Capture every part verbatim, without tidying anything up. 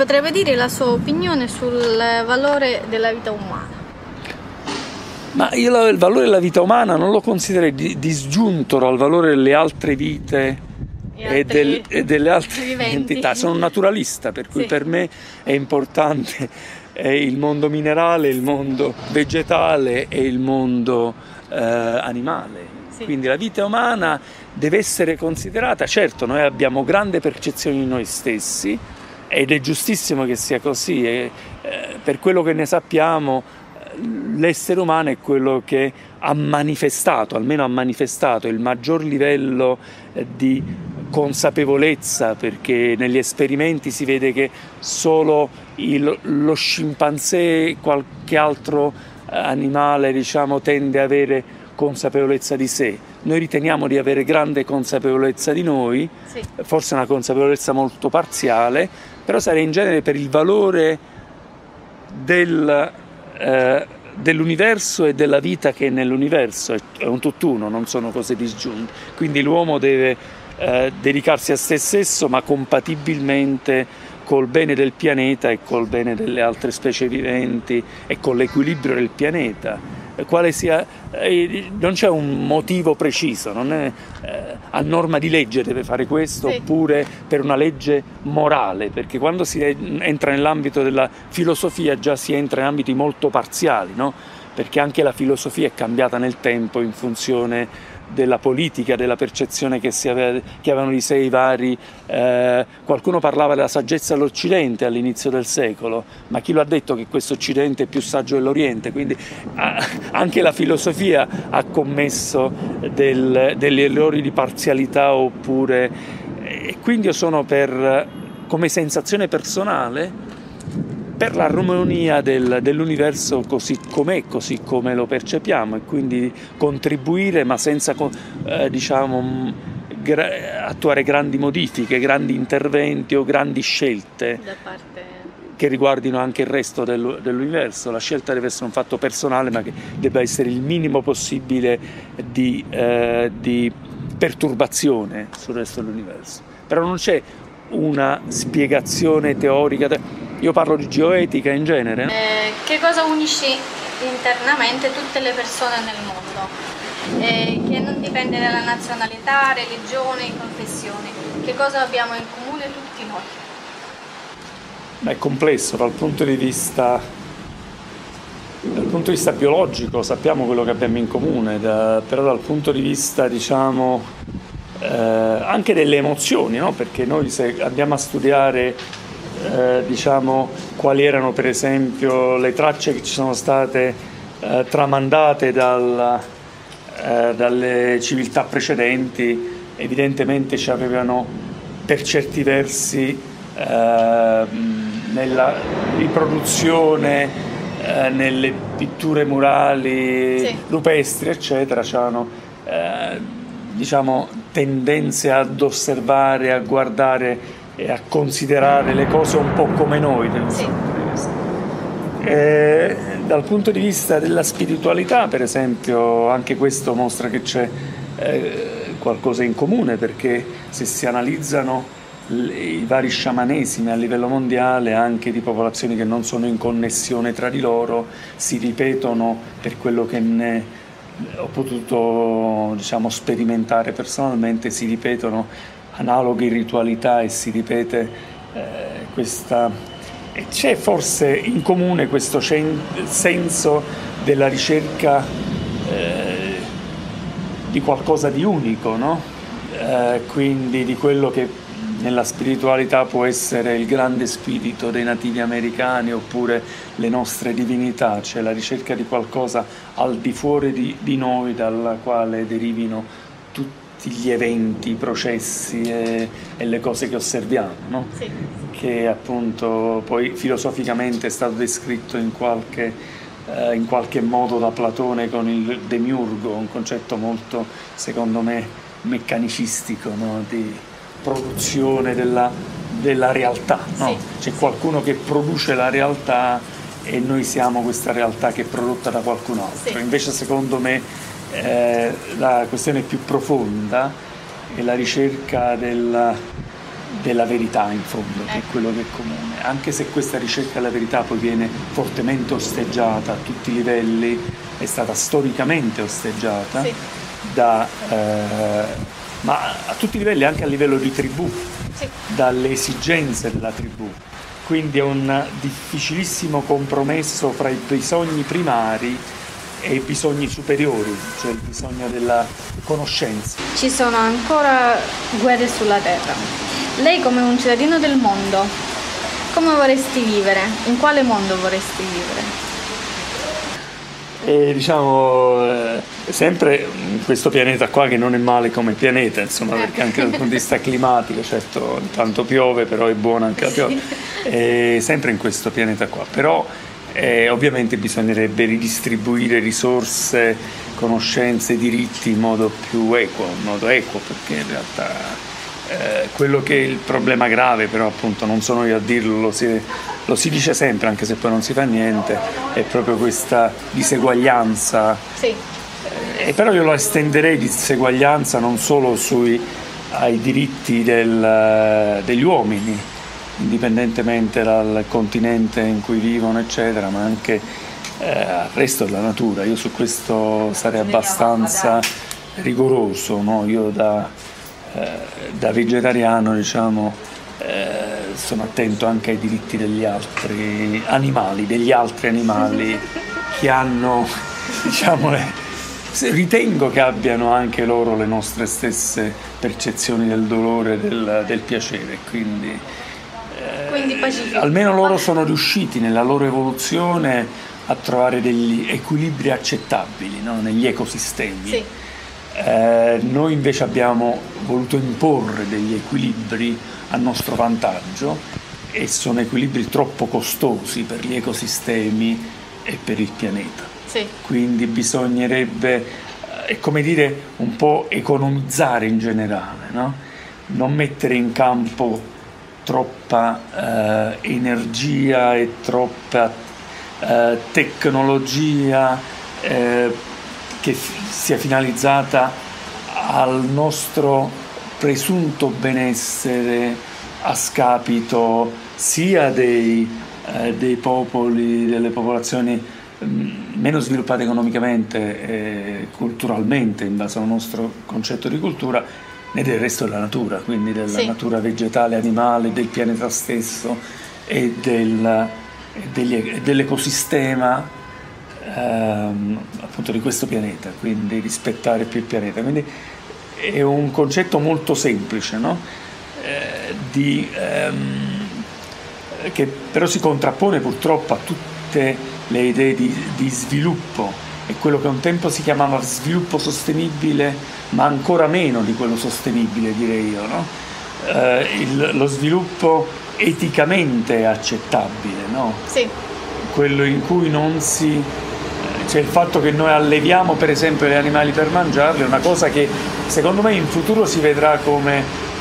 potrebbe dire la sua opinione sul valore della vita umana? Ma io il valore della vita umana non lo considererei disgiunto dal valore delle altre vite e, del, e delle altre viventi. entità. Sono un naturalista, per cui sì. Per me è importante è il mondo minerale, il mondo vegetale e il mondo eh, animale. Sì. Quindi la vita umana deve essere considerata, certo noi abbiamo grande percezione di noi stessi ed è giustissimo che sia così, e, eh, per quello che ne sappiamo l'essere umano è quello che ha manifestato, almeno ha manifestato il maggior livello di consapevolezza, perché negli esperimenti si vede che solo il, lo scimpanzé e qualche altro animale, diciamo, tende a avere consapevolezza di sé. Noi riteniamo di avere grande consapevolezza di noi, sì. Forse una consapevolezza molto parziale, però sarei in genere per il valore del, eh, dell'universo e della vita che è nell'universo, è un tutt'uno, non sono cose disgiunte. Quindi l'uomo deve eh, dedicarsi a se stesso, ma compatibilmente col bene del pianeta e col bene delle altre specie viventi e con l'equilibrio del pianeta. Quale sia, eh, non c'è un motivo preciso, non è eh, a norma di legge deve fare questo, sì. Oppure per una legge morale, perché quando si entra nell'ambito della filosofia già si entra in ambiti molto parziali, no? Perché anche la filosofia è cambiata nel tempo in funzione della politica, della percezione che, si aveva, che avevano di sé i vari, eh, qualcuno parlava della saggezza dell'Occidente all'inizio del secolo, ma chi lo ha detto che questo Occidente è più saggio dell'Oriente? Quindi ah, anche la filosofia ha commesso del, degli errori di parzialità, oppure, e quindi io sono per, come sensazione personale, per l'armonia del, dell'universo così com'è, così come lo percepiamo, e quindi contribuire ma senza eh, diciamo gra- attuare grandi modifiche, grandi interventi o grandi scelte da parte... che riguardino anche il resto del, dell'universo. La scelta deve essere un fatto personale, ma che debba essere il minimo possibile di, eh, di perturbazione sul resto dell'universo. Però non c'è una spiegazione teorica. Io parlo di geoetica in genere. Eh, che cosa unisce internamente tutte le persone nel mondo? Eh, che non dipende dalla nazionalità, religione, confessioni. Che cosa abbiamo in comune tutti noi? Beh, è complesso dal punto di vista dal punto di vista biologico, sappiamo quello che abbiamo in comune, da, però dal punto di vista, diciamo, eh, anche delle emozioni, no? Perché noi se andiamo a studiare Eh, diciamo quali erano per esempio le tracce che ci sono state eh, tramandate dal, eh, dalle civiltà precedenti, evidentemente ci avevano per certi versi eh, nella riproduzione, eh, nelle pitture murali, sì. Rupestri eccetera, c'erano eh, diciamo tendenze ad osservare, a guardare e a considerare le cose un po' come noi. Sì. E, dal punto di vista della spiritualità, per esempio, anche questo mostra che c'è eh, qualcosa in comune, perché se si analizzano i vari sciamanesimi a livello mondiale, anche di popolazioni che non sono in connessione tra di loro, si ripetono, per quello che ne ho potuto, diciamo, sperimentare personalmente, si ripetono analoghe ritualità e si ripete eh, questa, e c'è forse in comune questo cen- senso della ricerca eh, di qualcosa di unico, no? Eh, quindi di quello che nella spiritualità può essere il grande spirito dei nativi americani oppure le nostre divinità, cioè la ricerca di qualcosa al di fuori di, di noi, dalla quale derivino tutti gli eventi, i processi e, e le cose che osserviamo, no? Sì. Che appunto poi filosoficamente è stato descritto in qualche, eh, in qualche modo da Platone con il demiurgo, un concetto molto, secondo me, meccanicistico, no? Di produzione della, della realtà, no? Sì. C'è qualcuno che produce la realtà e noi siamo questa realtà che è prodotta da qualcun altro. Sì. Invece secondo me Eh, la questione più profonda è la ricerca della, della verità in fondo, che è quello che è comune, anche se questa ricerca della verità poi viene fortemente osteggiata a tutti i livelli, è stata storicamente osteggiata, sì. da, eh, ma a tutti i livelli, anche a livello di tribù, sì. dalle esigenze della tribù. Quindi è un difficilissimo compromesso fra i bisogni primari e i bisogni superiori, cioè il bisogno della conoscenza. Ci sono ancora guerre sulla terra. Lei, come un cittadino del mondo, come vorresti vivere? In quale mondo vorresti vivere? E diciamo eh, sempre in questo pianeta qua, che non è male come pianeta, insomma, perché anche dal punto di vista climatico, certo tanto piove, però è buona anche la pioggia, e sempre in questo pianeta qua, però eh, ovviamente bisognerebbe ridistribuire risorse, conoscenze, diritti in modo più equo, in modo equo, perché in realtà eh, quello che è il problema grave, però appunto non sono io a dirlo, lo si Lo si dice sempre, anche se poi non si fa niente, è proprio questa diseguaglianza. Sì. Eh, però io lo estenderei, diseguaglianza, non solo sui, ai diritti del, degli uomini, indipendentemente dal continente in cui vivono, eccetera, ma anche eh, al resto della natura. Io su questo sarei abbastanza rigoroso, no? Io da, eh, da vegetariano, diciamo, Eh, sono attento anche ai diritti degli altri animali, degli altri animali che hanno, diciamo, ritengo che abbiano anche loro le nostre stesse percezioni del dolore e del, del piacere, quindi, eh, quindi almeno loro sono riusciti nella loro evoluzione a trovare degli equilibri accettabili, no? Negli ecosistemi. Sì. Eh, noi invece abbiamo voluto imporre degli equilibri a nostro vantaggio, e sono equilibri troppo costosi per gli ecosistemi e per il pianeta. Sì. Quindi bisognerebbe, è come dire, un po' economizzare in generale, no? Non mettere in campo troppa eh, energia e troppa eh, tecnologia eh, che f- sia finalizzata al nostro presunto benessere a scapito sia dei, eh, dei popoli, delle popolazioni mh, meno sviluppate economicamente e culturalmente, in base al nostro concetto di cultura, né del resto della natura, quindi della sì. natura vegetale, animale, del pianeta stesso e, del, e degli, dell'ecosistema ehm, appunto di questo pianeta, quindi rispettare più il pianeta. Quindi è un concetto molto semplice, no? eh, di, ehm, che però si contrappone purtroppo a tutte le idee di, di sviluppo, e quello che un tempo si chiamava sviluppo sostenibile, ma ancora meno di quello sostenibile, direi io, no? eh, il, lo sviluppo eticamente accettabile, no? Sì. Quello in cui non si... Cioè il fatto che noi alleviamo per esempio gli animali per mangiarli è una cosa che secondo me in futuro si vedrà come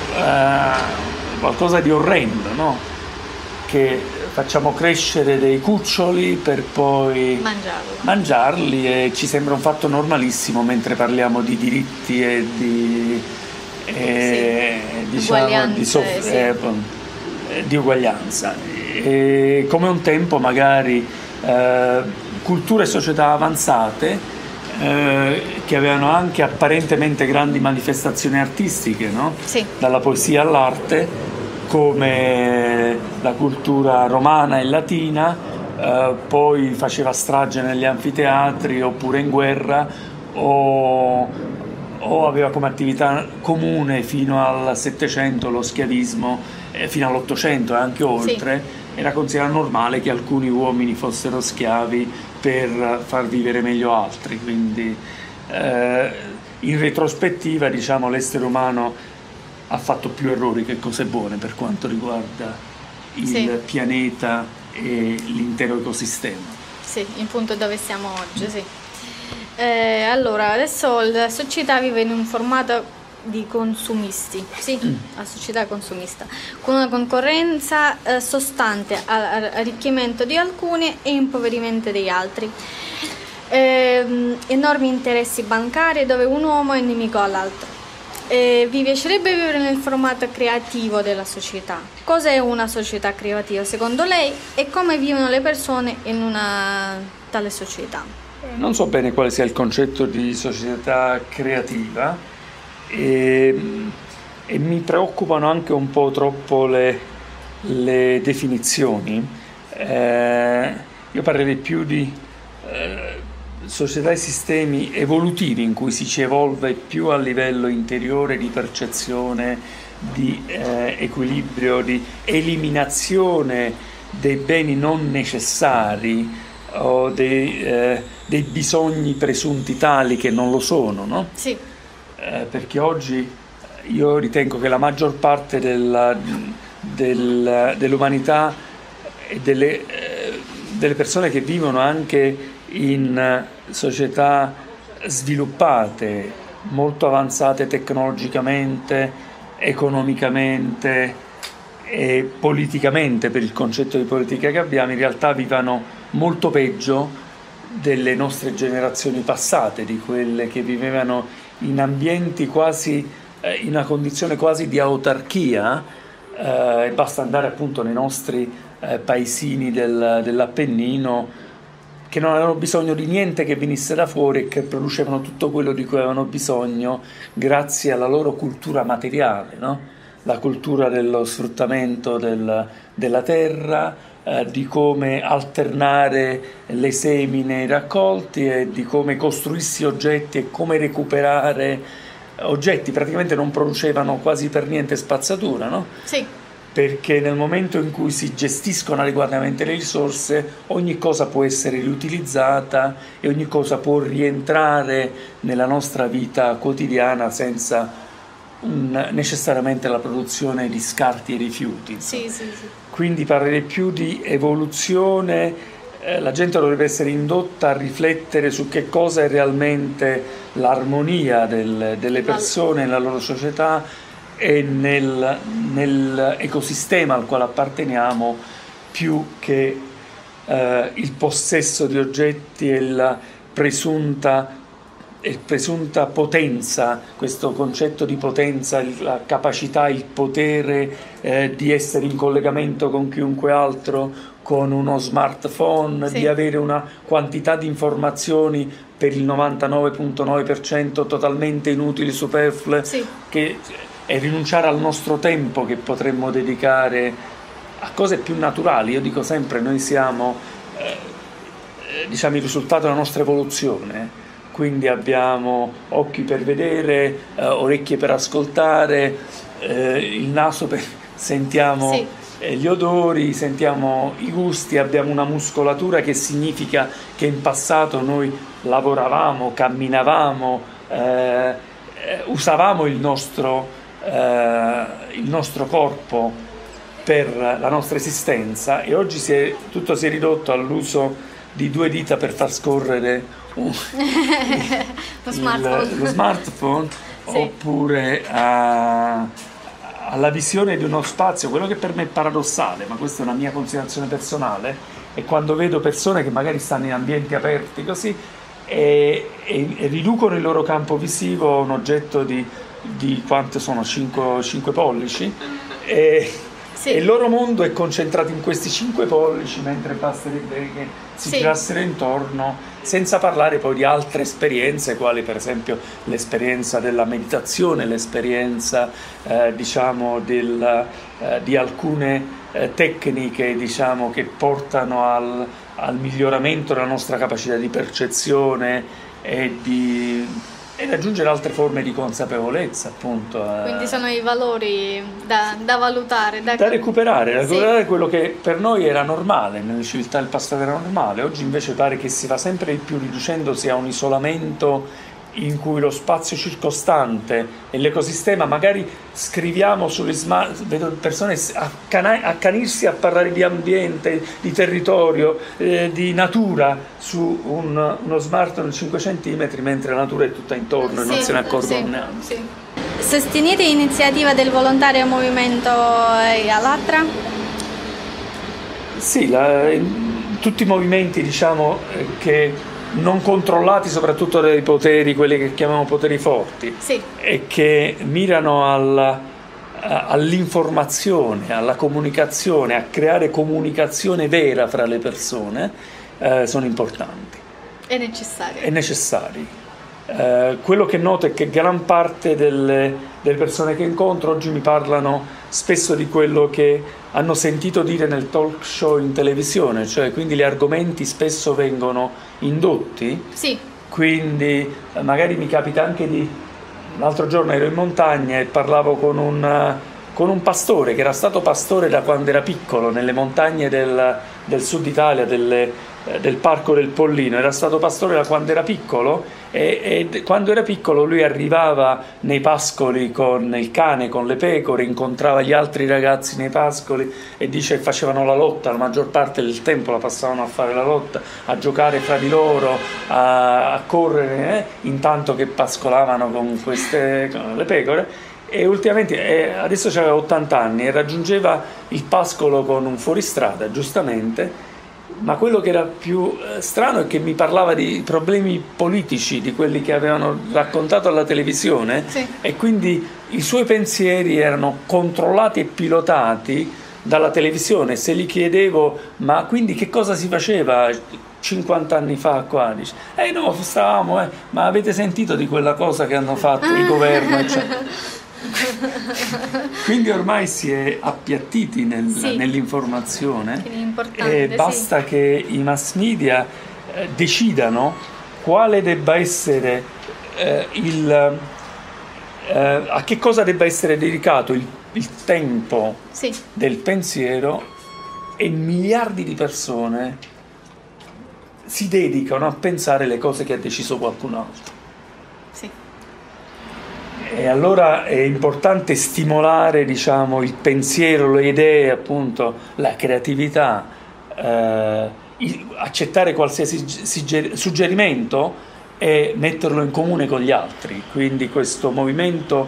eh, qualcosa di orrendo, no? Che facciamo crescere dei cuccioli per poi mangiarli. mangiarli e ci sembra un fatto normalissimo, mentre parliamo di diritti e di, e, sì. diciamo, di, soff- sì. eh, di uguaglianza. E come un tempo magari eh, culture e società avanzate eh, che avevano anche apparentemente grandi manifestazioni artistiche, no? Sì. Dalla poesia all'arte, come la cultura romana e latina, eh, poi faceva strage negli anfiteatri oppure in guerra, o, o aveva come attività comune fino al Settecento lo schiavismo, eh, fino all'Ottocento e anche oltre. Sì. Era considerato normale che alcuni uomini fossero schiavi per far vivere meglio altri, quindi eh, in retrospettiva, diciamo, l'essere umano ha fatto più errori che cose buone per quanto riguarda il sì. pianeta e l'intero ecosistema. Sì, in punto dove siamo oggi, sì. Eh, allora, adesso la società vive in un formato di consumisti, sì, la società consumista, con una concorrenza eh, sostante all'arricchimento di alcuni e impoverimento degli altri, eh, enormi interessi bancari dove un uomo è nemico all'altro. Eh, vi piacerebbe vivere nel formato creativo della società? Cosa è una società creativa secondo lei e come vivono le persone in una tale società? Non so bene quale sia il concetto di società creativa e, e mi preoccupano anche un po' troppo le, le definizioni. Eh, io parlerei più di eh, società e sistemi evolutivi in cui si ci evolve più a livello interiore di percezione, di eh, equilibrio, di eliminazione dei beni non necessari o dei, eh, dei bisogni presunti tali che non lo sono, no? Sì. Eh, perché oggi io ritengo che la maggior parte della, del, dell'umanità e delle, eh, delle persone che vivono anche in società sviluppate, molto avanzate tecnologicamente, economicamente e politicamente, per il concetto di politica che abbiamo, in realtà vivano molto peggio delle nostre generazioni passate, di quelle che vivevano in ambienti quasi, eh, in una condizione quasi di autarchia, eh, e basta andare appunto nei nostri eh, paesini del, dell'Appennino, che non avevano bisogno di niente che venisse da fuori e che producevano tutto quello di cui avevano bisogno grazie alla loro cultura materiale, no? La cultura dello sfruttamento del, della terra, eh, di come alternare le semine ai raccolti e di come costruirsi oggetti e come recuperare oggetti. Praticamente non producevano quasi per niente spazzatura, no? Sì. Perché nel momento in cui si gestiscono adeguatamente le risorse, ogni cosa può essere riutilizzata e ogni cosa può rientrare nella nostra vita quotidiana senza un, necessariamente la produzione di scarti e rifiuti. Sì, sì, sì. Quindi parlerei più di evoluzione, eh, la gente dovrebbe essere indotta a riflettere su che cosa è realmente l'armonia del, delle persone nella loro società e nel, nell'ecosistema al quale apparteniamo, più che eh, il possesso di oggetti e la presunta, e presunta potenza, questo concetto di potenza, la capacità, il potere eh, di essere in collegamento con chiunque altro, con uno smartphone, sì. Di avere una quantità di informazioni per il novantanove virgola nove per cento totalmente inutili, superflue, sì. Che e rinunciare al nostro tempo che potremmo dedicare a cose più naturali. Io dico sempre, noi siamo eh, diciamo il risultato della nostra evoluzione, quindi abbiamo occhi per vedere, eh, orecchie per ascoltare, eh, il naso per sentiamo sì. eh, gli odori, sentiamo i gusti, abbiamo una muscolatura che significa che in passato noi lavoravamo, camminavamo, eh, usavamo il nostro Uh, il nostro corpo per la nostra esistenza, e oggi si è, tutto si è ridotto all'uso di due dita per far scorrere un, lo smartphone, il, lo smartphone sì. Oppure a, alla visione di uno spazio. Quello che per me è paradossale, ma questa è una mia considerazione personale, è quando vedo persone che magari stanno in ambienti aperti così e, e, e riducono il loro campo visivo a un oggetto di di quante sono? cinque pollici e, sì. E il loro mondo è concentrato in questi cinque pollici, mentre basterebbe che si sì. girassero intorno, senza parlare poi di altre esperienze, quali per esempio l'esperienza della meditazione, l'esperienza eh, diciamo del, eh, di alcune eh, tecniche diciamo che portano al, al miglioramento della nostra capacità di percezione e di ed aggiungere altre forme di consapevolezza, appunto. Quindi sono i valori da, da valutare, da, da recuperare, da recuperare sì. Quello che per noi era normale, nelle civiltà del passato era normale, oggi invece pare che si va sempre di più riducendosi a un isolamento in cui lo spazio circostante e l'ecosistema, magari scriviamo sugli smart, vedo persone accana- accanirsi a parlare di ambiente, di territorio, eh, di natura su un, uno smartphone di cinque centimetri, mentre la natura è tutta intorno sì, e non se ne accorgono sì, neanche. Sì. Sostenete l'iniziativa del volontario Movimento Alatra? Sì, la, tutti i movimenti diciamo che non controllati soprattutto dai poteri, quelli che chiamiamo poteri forti, sì. e che mirano alla, all'informazione, alla comunicazione, a creare comunicazione vera fra le persone, eh, sono importanti. È necessario. È necessari. Eh, quello che noto è che gran parte delle, delle persone che incontro oggi mi parlano spesso di quello che hanno sentito dire nel talk show in televisione, cioè quindi gli argomenti spesso vengono indotti, sì. Quindi eh, magari mi capita anche di... L'altro giorno ero in montagna e parlavo con un, con un pastore che era stato pastore da quando era piccolo nelle montagne del, del sud Italia, delle, eh, del Parco del Pollino. Era stato pastore da quando era piccolo e, e quando era piccolo lui arrivava nei pascoli con il cane, con le pecore, incontrava gli altri ragazzi nei pascoli e dice che facevano la lotta, la maggior parte del tempo la passavano a fare la lotta, a giocare fra di loro, a, a correre, eh, intanto che pascolavano con queste con le pecore. E ultimamente, eh, adesso aveva ottanta anni e raggiungeva il pascolo con un fuoristrada, giustamente. Ma quello che era più eh, strano è che mi parlava di problemi politici, di quelli che avevano raccontato alla televisione, sì. E quindi i suoi pensieri erano controllati e pilotati dalla televisione. Se gli chiedevo, ma quindi che cosa si faceva cinquanta anni fa qua? Dice, eh no, stavamo, eh, ma avete sentito di quella cosa che hanno fatto il governo, eccetera. Quindi ormai si è appiattiti nel, sì. nell'informazione e basta sì. che i mass media eh, decidano quale debba essere eh, il eh, a che cosa debba essere dedicato il, il tempo sì. del pensiero, e miliardi di persone si dedicano a pensare le cose che ha deciso qualcun altro. Sì. E allora è importante stimolare, diciamo, il pensiero, le idee, appunto, la creatività, eh, accettare qualsiasi suggerimento e metterlo in comune con gli altri. Quindi questo movimento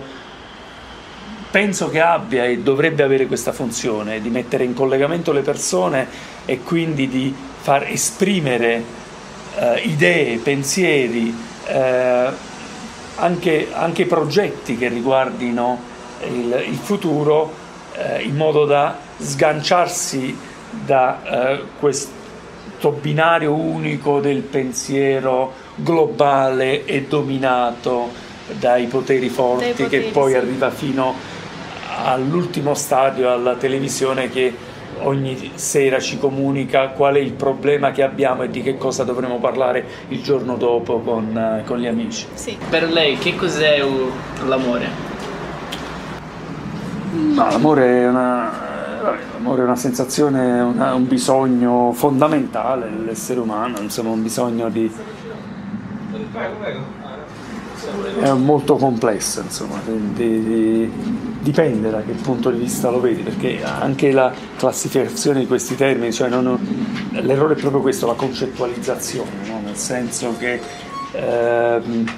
penso che abbia e dovrebbe avere questa funzione di mettere in collegamento le persone e quindi di far esprimere eh, idee, pensieri, eh, Anche, anche progetti che riguardino il, il futuro, eh, in modo da sganciarsi da eh, questo binario unico del pensiero globale e dominato dai poteri forti, dai poteri, che poi sì. arriva fino all'ultimo stadio, alla televisione, che ogni sera ci comunica qual è il problema che abbiamo e di che cosa dovremo parlare il giorno dopo con, con gli amici. Sì. Per lei che cos'è l'amore? No, l'amore è una, l'amore è una sensazione, una, un bisogno fondamentale dell'essere umano, insomma un bisogno di... è molto complesso, insomma, di, di, dipende da che punto di vista lo vedi, perché anche la classificazione di questi termini, cioè non, l'errore è proprio questo, la concettualizzazione, no? Nel senso che ehm,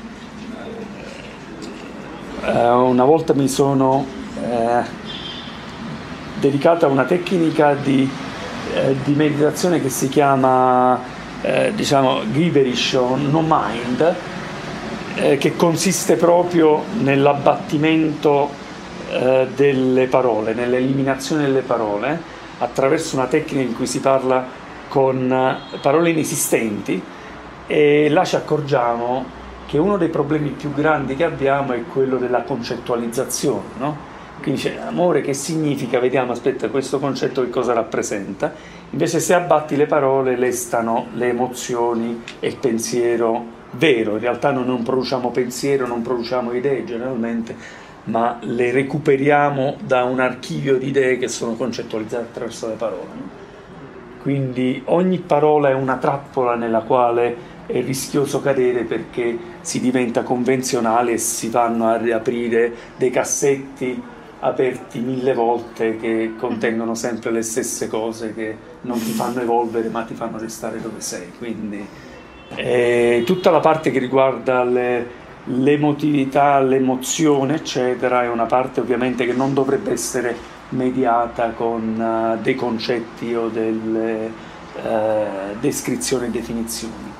eh, una volta mi sono eh, dedicata a una tecnica di, eh, di meditazione che si chiama eh, diciamo Giverish o No Mind, che consiste proprio nell'abbattimento eh, delle parole, nell'eliminazione delle parole, attraverso una tecnica in cui si parla con parole inesistenti, e là ci accorgiamo che uno dei problemi più grandi che abbiamo è quello della concettualizzazione, no? Quindi dice, amore che significa? Vediamo, aspetta, questo concetto che cosa rappresenta? Invece se abbatti le parole restano le emozioni e il pensiero vero. In realtà noi non produciamo pensiero, non produciamo idee generalmente, ma le recuperiamo da un archivio di idee che sono concettualizzate attraverso le parole. Quindi ogni parola è una trappola nella quale è rischioso cadere, perché si diventa convenzionale e si vanno a riaprire dei cassetti aperti mille volte che contengono sempre le stesse cose, che non ti fanno evolvere ma ti fanno restare dove sei. Quindi E tutta la parte che riguarda le, l'emotività, l'emozione eccetera è una parte ovviamente che non dovrebbe essere mediata con uh, dei concetti o delle uh, descrizioni e definizioni.